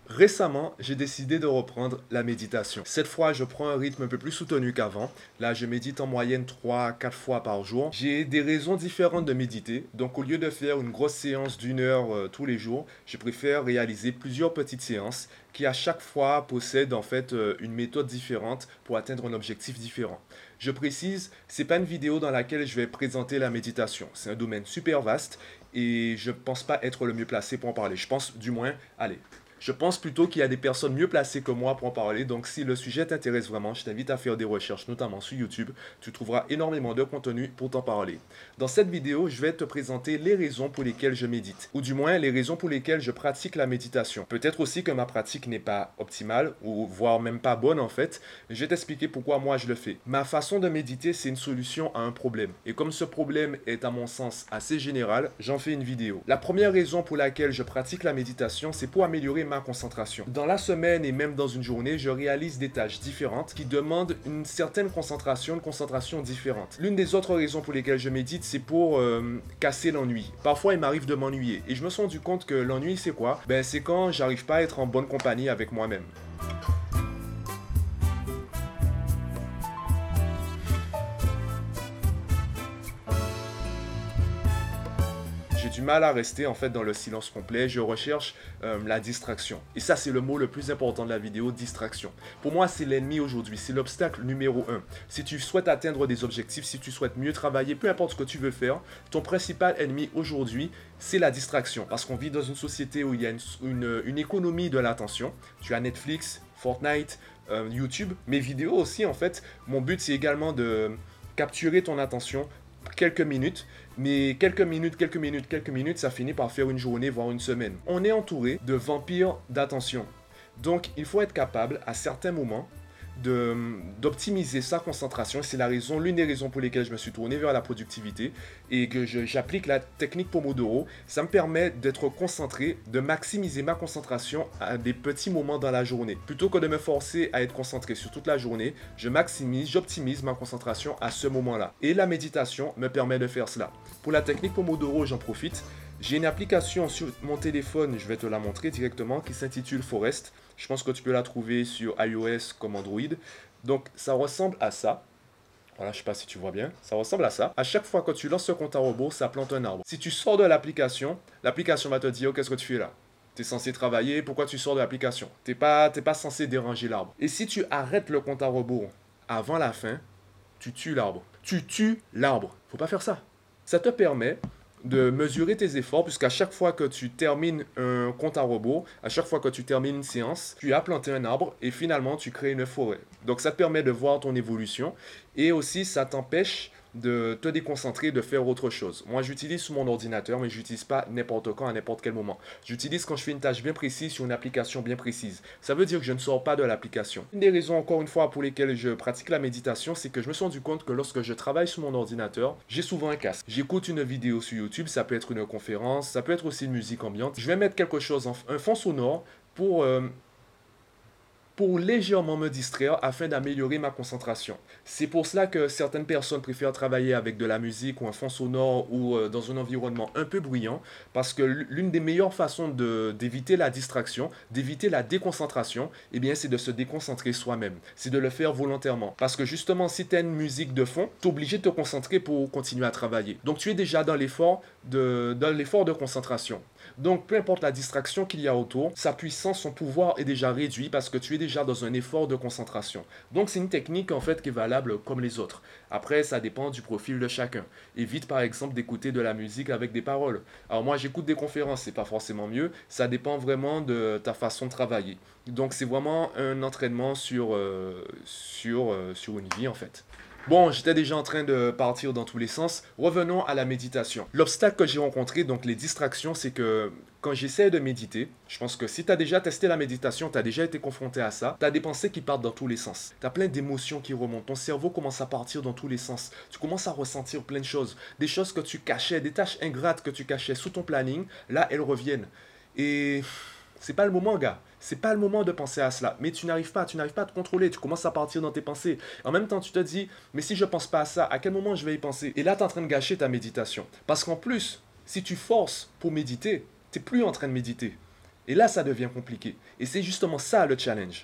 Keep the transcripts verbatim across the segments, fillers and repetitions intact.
Récemment, j'ai décidé de reprendre la méditation. Cette fois, je prends un rythme un peu plus soutenu qu'avant. Là, je médite en moyenne trois à quatre fois par jour. J'ai des raisons différentes de méditer. Donc, au lieu de faire une grosse séance d'une heure euh, tous les jours, je préfère réaliser plusieurs petites séances qui à chaque fois possèdent en fait euh, une méthode différente pour atteindre un objectif différent. Je précise, c'est pas une vidéo dans laquelle je vais présenter la méditation. C'est un domaine super vaste et je pense pas être le mieux placé pour en parler. Je pense du moins, allez, je pense plutôt qu'il y a des personnes mieux placées que moi pour en parler. Donc, si le sujet t'intéresse vraiment, je t'invite à faire des recherches, notamment sur YouTube. Tu trouveras énormément de contenu pour t'en parler. Dans cette vidéo, je vais te présenter les raisons pour lesquelles je médite, ou du moins les raisons pour lesquelles je pratique la méditation. Peut-être aussi que ma pratique n'est pas optimale, ou voire même pas bonne en fait. Je vais t'expliquer pourquoi moi je le fais. Ma façon de méditer, c'est une solution à un problème. Et comme ce problème est à mon sens assez général, j'en fais une vidéo. La première raison pour laquelle je pratique la méditation, c'est pour améliorer ma concentration. Dans la semaine et même dans une journée, je réalise des tâches différentes qui demandent une certaine concentration, une concentration différente. L'une des autres raisons pour lesquelles je médite, c'est pour euh, casser l'ennui. Parfois, il m'arrive de m'ennuyer et je me suis rendu compte que l'ennui, c'est quoi? Ben, c'est quand j'arrive pas à être en bonne compagnie avec moi-même. J'ai du mal à rester en fait dans le silence complet, je recherche euh, la distraction. Et ça c'est le mot le plus important de la vidéo, distraction. Pour moi c'est l'ennemi aujourd'hui, c'est l'obstacle numéro un. Si tu souhaites atteindre des objectifs, si tu souhaites mieux travailler, peu importe ce que tu veux faire, ton principal ennemi aujourd'hui c'est la distraction. Parce qu'on vit dans une société où il y a une, une, une économie de l'attention. Tu as Netflix, Fortnite, euh, YouTube, mes vidéos aussi en fait. Mon but c'est également de capturer ton attention quelques minutes, mais quelques minutes, quelques minutes, quelques minutes, ça finit par faire une journée, voire une semaine. On est entouré de vampires d'attention. Donc, il faut être capable, à certains moments, de, d'optimiser sa concentration. C'est la raison, l'une des raisons pour lesquelles je me suis tourné vers la productivité et que je, j'applique la technique Pomodoro. Ça me permet d'être concentré, de maximiser ma concentration à des petits moments dans la journée. Plutôt que de me forcer à être concentré sur toute la journée, je maximise, j'optimise ma concentration à ce moment-là. Et la méditation me permet de faire cela. Pour la technique Pomodoro, j'en profite. J'ai une application sur mon téléphone, je vais te la montrer directement, qui s'intitule Forest. Je pense que tu peux la trouver sur iOS comme Android. Donc ça ressemble à ça. Voilà, je ne sais pas si tu vois bien. Ça ressemble à ça. À chaque fois que tu lances ce compte à rebours, ça plante un arbre. Si tu sors de l'application, l'application va te dire, oh, qu'est-ce que tu fais là? Tu es censé travailler, pourquoi tu sors de l'application? Tu n'es pas, t'es pas censé déranger l'arbre. Et si tu arrêtes le compte à rebours avant la fin, tu tues l'arbre. Tu tues l'arbre. Faut pas faire ça. Ça te permet de mesurer tes efforts, puisqu'à chaque fois que tu termines un compte à rebours, à chaque fois que tu termines une séance, tu as planté un arbre et finalement tu crées une forêt. Donc ça te permet de voir ton évolution et aussi ça t'empêche de te déconcentrer, de faire autre chose. Moi, j'utilise sur mon ordinateur, mais je n'utilise pas n'importe quand, à n'importe quel moment. J'utilise quand je fais une tâche bien précise sur une application bien précise. Ça veut dire que je ne sors pas de l'application. Une des raisons, encore une fois, pour lesquelles je pratique la méditation, c'est que je me suis rendu compte que lorsque je travaille sur mon ordinateur, j'ai souvent un casque. J'écoute une vidéo sur YouTube, ça peut être une conférence, ça peut être aussi une musique ambiante. Je vais mettre quelque chose, en, un fond sonore, pour... Euh, pour légèrement me distraire afin d'améliorer ma concentration. C'est pour cela que certaines personnes préfèrent travailler avec de la musique ou un fond sonore ou euh, dans un environnement un peu bruyant parce que l'une des meilleures façons de, d'éviter la distraction, d'éviter la déconcentration, eh bien c'est de se déconcentrer soi-même. C'est de le faire volontairement. Parce que justement, si tu as une musique de fond, tu es obligé de te concentrer pour continuer à travailler. Donc tu es déjà dans l'effort de, dans l'effort de concentration. Donc peu importe la distraction qu'il y a autour, sa puissance, son pouvoir est déjà réduit parce que tu es déjà dans un effort de concentration. Donc c'est une technique en fait qui est valable comme les autres. Après, ça dépend du profil de chacun. Évite par exemple d'écouter de la musique avec des paroles. Alors moi j'écoute des conférences, c'est pas forcément mieux, ça dépend vraiment de ta façon de travailler. Donc c'est vraiment un entraînement sur, euh, sur, euh, sur une vie en fait. Bon, j'étais déjà en train de partir dans tous les sens. Revenons à la méditation. L'obstacle que j'ai rencontré, donc les distractions, c'est que quand j'essaie de méditer, je pense que si tu as déjà testé la méditation, tu as déjà été confronté à ça, tu as des pensées qui partent dans tous les sens. Tu as plein d'émotions qui remontent. Ton cerveau commence à partir dans tous les sens. Tu commences à ressentir plein de choses. Des choses que tu cachais, des tâches ingrates que tu cachais sous ton planning, là, elles reviennent. Et... c'est pas le moment, gars. C'est pas le moment de penser à cela. Mais tu n'arrives pas, tu n'arrives pas à te contrôler. Tu commences à partir dans tes pensées. En même temps, tu te dis, mais si je pense pas à ça, à quel moment je vais y penser? Et là, tu es en train de gâcher ta méditation. Parce qu'en plus, si tu forces pour méditer, tu n'es plus en train de méditer. Et là, ça devient compliqué. Et c'est justement ça le challenge.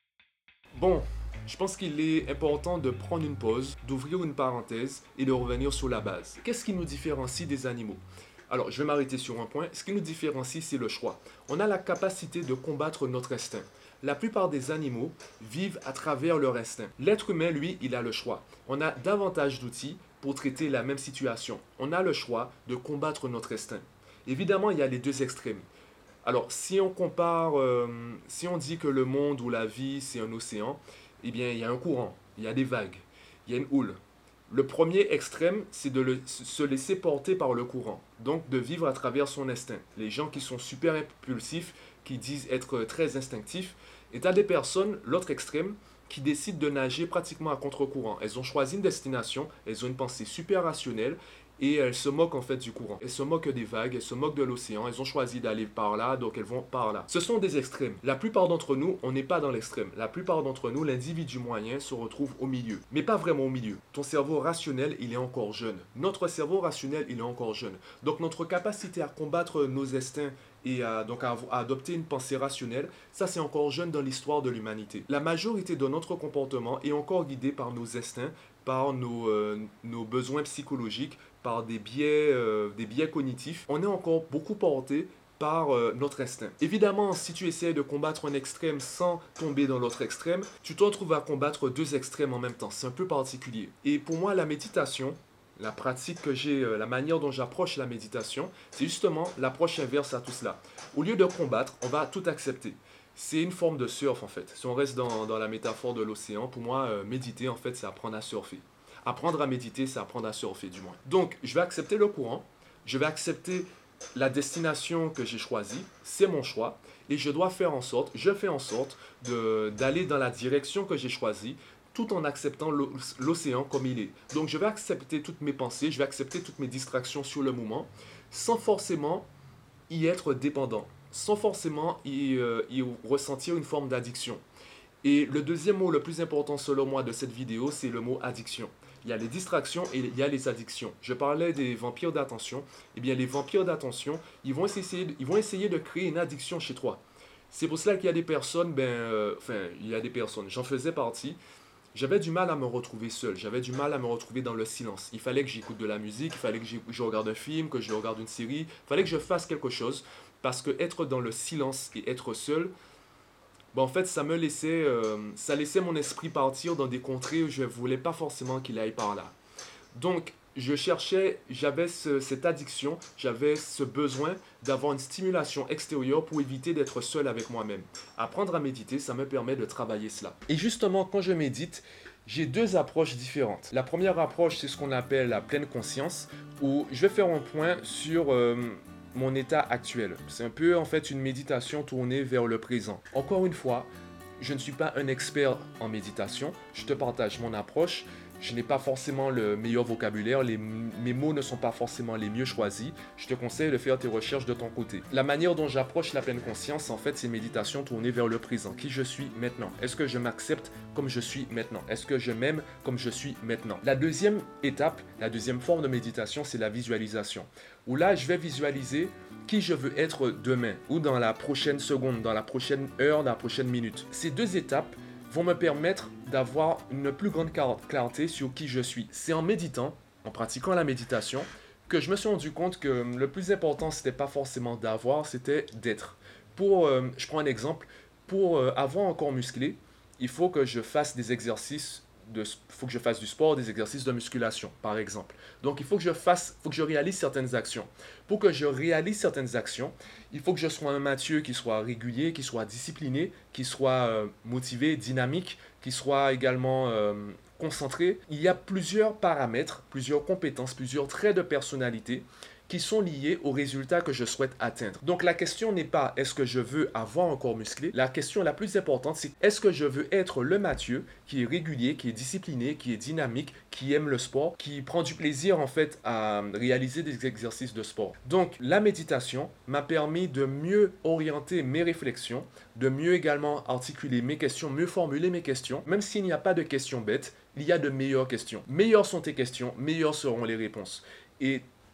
Bon, je pense qu'il est important de prendre une pause, d'ouvrir une parenthèse et de revenir sur la base. Qu'est-ce qui nous différencie des animaux? Alors, je vais m'arrêter sur un point. Ce qui nous différencie, c'est le choix. On a la capacité de combattre notre instinct. La plupart des animaux vivent à travers leur instinct. L'être humain, lui, il a le choix. On a davantage d'outils pour traiter la même situation. On a le choix de combattre notre instinct. Évidemment, il y a les deux extrêmes. Alors, si on compare, euh, si on dit que le monde ou la vie, c'est un océan, eh bien, il y a un courant, il y a des vagues, il y a une houle. Le premier extrême, c'est de le- se laisser porter par le courant, donc de vivre à travers son instinct. Les gens qui sont super impulsifs, qui disent être très instinctifs, et tu as des personnes, l'autre extrême, qui décident de nager pratiquement à contre-courant. Elles ont choisi une destination, elles ont une pensée super rationnelle, et elles se moquent en fait du courant. Elles se moquent des vagues, elles se moquent de l'océan, elles ont choisi d'aller par là, donc elles vont par là. Ce sont des extrêmes. La plupart d'entre nous, on n'est pas dans l'extrême. La plupart d'entre nous, l'individu moyen se retrouve au milieu. Mais pas vraiment au milieu. Ton cerveau rationnel, il est encore jeune. Notre cerveau rationnel, il est encore jeune. Donc notre capacité à combattre nos instincts et à, donc à, à adopter une pensée rationnelle, ça c'est encore jeune dans l'histoire de l'humanité. La majorité de notre comportement est encore guidé par nos instincts, par nos, euh, nos besoins psychologiques, par des biais, euh, des biais cognitifs. On est encore beaucoup porté par euh, notre instinct. Évidemment, si tu essaies de combattre un extrême sans tomber dans l'autre extrême, tu te retrouves à combattre deux extrêmes en même temps. C'est un peu particulier. Et pour moi, la méditation, la pratique que j'ai, euh, la manière dont j'approche la méditation, c'est justement l'approche inverse à tout cela. Au lieu de combattre, on va tout accepter. C'est une forme de surf en fait. Si on reste dans, dans la métaphore de l'océan, pour moi, euh, méditer en fait, c'est apprendre à surfer. Apprendre à méditer, c'est apprendre à surfer du moins. Donc, je vais accepter le courant, je vais accepter la destination que j'ai choisie, c'est mon choix, et je dois faire en sorte, je fais en sorte de- d'aller dans la direction que j'ai choisie, tout en acceptant l'o- l'océan comme il est. Donc, je vais accepter toutes mes pensées, je vais accepter toutes mes distractions sur le moment, sans forcément y être dépendant, sans forcément y, euh, y ressentir une forme d'addiction. Et le deuxième mot le plus important selon moi de cette vidéo, c'est le mot addiction. Il y a les distractions et il y a les addictions. Je parlais des vampires d'attention. Eh bien, les vampires d'attention, ils vont essayer, ils vont essayer de créer une addiction chez toi. C'est pour cela qu'il y a des personnes, ben, euh, enfin, il y a des personnes, j'en faisais partie. J'avais du mal à me retrouver seul, j'avais du mal à me retrouver dans le silence. Il fallait que j'écoute de la musique, il fallait que j'éc- je regarde un film, que je regarde une série, il fallait que je fasse quelque chose parce que être dans le silence et être seul, ben, en fait, ça me laissait, euh, ça laissait mon esprit partir dans des contrées où je ne voulais pas forcément qu'il aille par là. Donc, je cherchais, j'avais ce- cette addiction, j'avais ce besoin d'avoir une stimulation extérieure pour éviter d'être seul avec moi-même. Apprendre à méditer, ça me permet de travailler cela. Et justement, quand je médite, j'ai deux approches différentes. La première approche, c'est ce qu'on appelle la pleine conscience, où je vais faire un point sur euh, mon état actuel. C'est un peu en fait une méditation tournée vers le présent. Encore une fois, je ne suis pas un expert en méditation, je te partage mon approche. Je n'ai pas forcément le meilleur vocabulaire, les, mes mots ne sont pas forcément les mieux choisis. Je te conseille de faire tes recherches de ton côté. La manière dont j'approche la pleine conscience, en fait, c'est une méditation tournée vers le présent. Qui je suis maintenant? Est-ce que je m'accepte comme je suis maintenant? Est-ce que je m'aime comme je suis maintenant? La deuxième étape, la deuxième forme de méditation, c'est la visualisation. Où là, je vais visualiser qui je veux être demain, ou dans la prochaine seconde, dans la prochaine heure, dans la prochaine minute. Ces deux étapes vont me permettre d'avoir une plus grande clarté sur qui je suis. C'est en méditant, en pratiquant la méditation, que je me suis rendu compte que le plus important, c'était pas forcément d'avoir, c'était d'être. Pour, euh, je prends un exemple, pour euh, avoir un corps musclé, il faut que je fasse des exercices, de, faut que je fasse du sport, des exercices de musculation, par exemple. Donc, il faut que je fasse, faut que je réalise certaines actions. Pour que je réalise certaines actions, il faut que je sois un Mathieu qui soit régulier, qui soit discipliné, qui soit euh, motivé, dynamique, qui soit également euh, concentré. Il y a plusieurs paramètres, plusieurs compétences, plusieurs traits de personnalité qui sont liés aux résultats que je souhaite atteindre. Donc la question n'est pas est-ce que je veux avoir un corps musclé, la question la plus importante c'est est-ce que je veux être le Mathieu qui est régulier, qui est discipliné, qui est dynamique, qui aime le sport, qui prend du plaisir en fait à réaliser des exercices de sport. Donc la méditation m'a permis de mieux orienter mes réflexions, de mieux également articuler mes questions, mieux formuler mes questions. Même s'il n'y a pas de questions bêtes, il y a de meilleures questions. Meilleures sont tes questions, meilleures seront les réponses. Et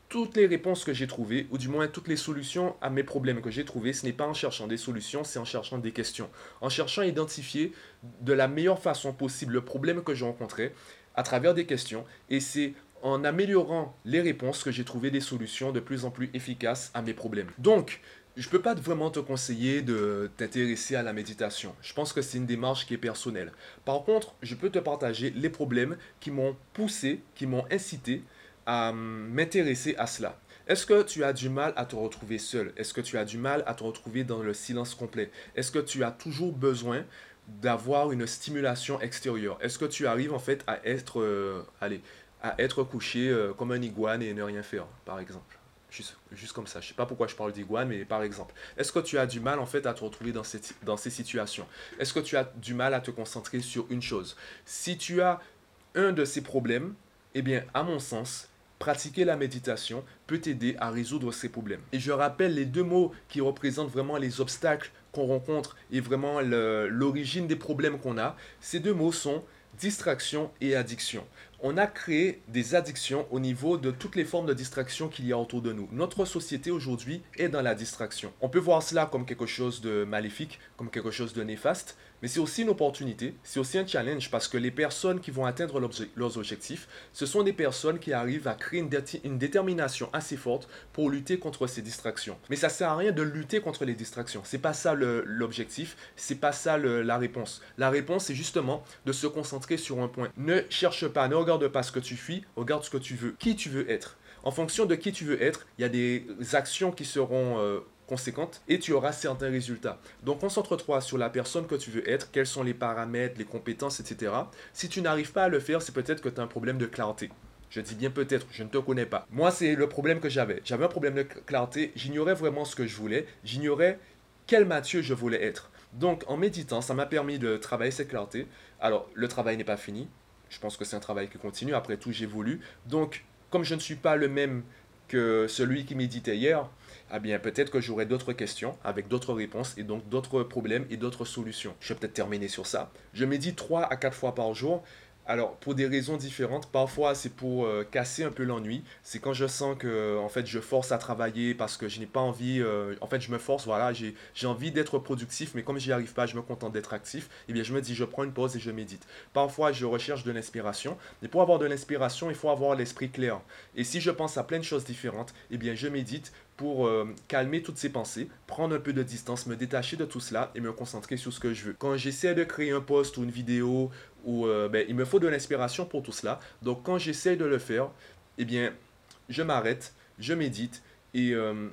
toutes les réponses que j'ai trouvées, ou du moins toutes les solutions à mes problèmes que j'ai trouvés, ce n'est pas en cherchant des solutions, c'est en cherchant des questions. En cherchant à identifier de la meilleure façon possible le problème que j'ai rencontré à travers des questions. Et c'est en améliorant les réponses que j'ai trouvé des solutions de plus en plus efficaces à mes problèmes. Donc, je ne peux pas vraiment te conseiller de t'intéresser à la méditation. Je pense que c'est une démarche qui est personnelle. Par contre, je peux te partager les problèmes qui m'ont poussé, qui m'ont incité à m'intéresser à cela. Est-ce que tu as du mal à te retrouver seul? Est-ce que tu as du mal à te retrouver dans le silence complet? Est-ce que tu as toujours besoin d'avoir une stimulation extérieure? Est-ce que tu arrives en fait à être, euh, allez, à être couché euh, comme un iguane et ne rien faire, par exemple? Juste, juste comme ça. Je ne sais pas pourquoi je parle d'iguane, mais par exemple. Est-ce que tu as du mal en fait à te retrouver dans, cette, dans ces situations? Est-ce que tu as du mal à te concentrer sur une chose? Si tu as un de ces problèmes, eh bien, à mon sens, pratiquer la méditation peut t'aider à résoudre ces problèmes. Et je rappelle les deux mots qui représentent vraiment les obstacles qu'on rencontre et vraiment l'origine des problèmes qu'on a. Ces deux mots sont distraction et addiction. On a créé des addictions au niveau de toutes les formes de distraction qu'il y a autour de nous. Notre société aujourd'hui est dans la distraction. On peut voir cela comme quelque chose de maléfique, comme quelque chose de néfaste, mais c'est aussi une opportunité, c'est aussi un challenge parce que les personnes qui vont atteindre leurs objectifs, ce sont des personnes qui arrivent à créer une, dé une détermination assez forte pour lutter contre ces distractions. Mais ça ne sert à rien de lutter contre les distractions. C'est pas ça l'objectif, c'est pas ça le, la réponse. La réponse, c'est justement de se concentrer sur un point. Ne cherche pas, ne regarde pas ce que tu fuis, regarde ce que tu veux, qui tu veux être. En fonction de qui tu veux être, il y a des actions qui seront euh, conséquentes et tu auras certains résultats. Donc concentre-toi sur la personne que tu veux être, quels sont les paramètres, les compétences, et cetera. Si tu n'arrives pas à le faire, c'est peut-être que tu as un problème de clarté. Je dis bien peut-être, je ne te connais pas. Moi, c'est le problème que j'avais. J'avais un problème de clarté, j'ignorais vraiment ce que je voulais, j'ignorais quel Mathieu je voulais être. Donc en méditant, ça m'a permis de travailler cette clarté. Alors, le travail n'est pas fini. Je pense que c'est un travail qui continue. Après tout, j'évolue. Donc, comme je ne suis pas le même que celui qui méditait hier, eh bien, peut-être que j'aurai d'autres questions avec d'autres réponses et donc d'autres problèmes et d'autres solutions. Je vais peut-être terminer sur ça. Je médite trois à quatre fois par jour. Alors, pour des raisons différentes, parfois c'est pour euh, casser un peu l'ennui. C'est quand je sens que, en fait, je force à travailler parce que je n'ai pas envie, euh, en fait, je me force, voilà, j'ai j'ai envie d'être productif, mais comme j'y arrive pas, je me contente d'être actif. Eh bien, je me dis, je prends une pause et je médite. Parfois, je recherche de l'inspiration. Mais pour avoir de l'inspiration, il faut avoir l'esprit clair. Et si je pense à plein de choses différentes, eh bien, je médite pour euh, calmer toutes ces pensées, prendre un peu de distance, me détacher de tout cela et me concentrer sur ce que je veux. Quand j'essaie de créer un post ou une vidéo, ou, euh, ben, il me faut de l'inspiration pour tout cela. Donc quand j'essaie de le faire, eh bien, je m'arrête, je médite et euh,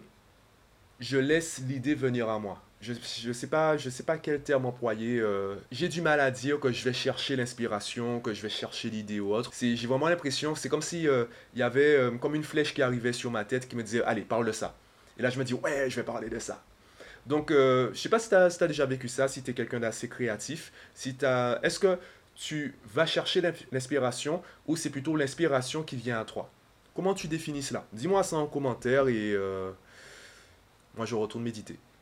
je laisse l'idée venir à moi. Je ne sais pas, je sais pas quel terme employer. Euh, j'ai du mal à dire que je vais chercher l'inspiration, que je vais chercher l'idée ou autre. J'ai vraiment l'impression, c'est comme si euh, il y avait euh, comme une flèche qui arrivait sur ma tête qui me disait, allez, parle de ça. Et là, je me dis, ouais, je vais parler de ça. Donc, euh, je sais pas si tu as, si t'as déjà vécu ça, si tu es quelqu'un d'assez créatif. Si t'as, est-ce que tu vas chercher l'inspiration ou c'est plutôt l'inspiration qui vient à toi? Comment tu définis cela? Dis-moi ça en commentaire et euh, moi, je retourne méditer.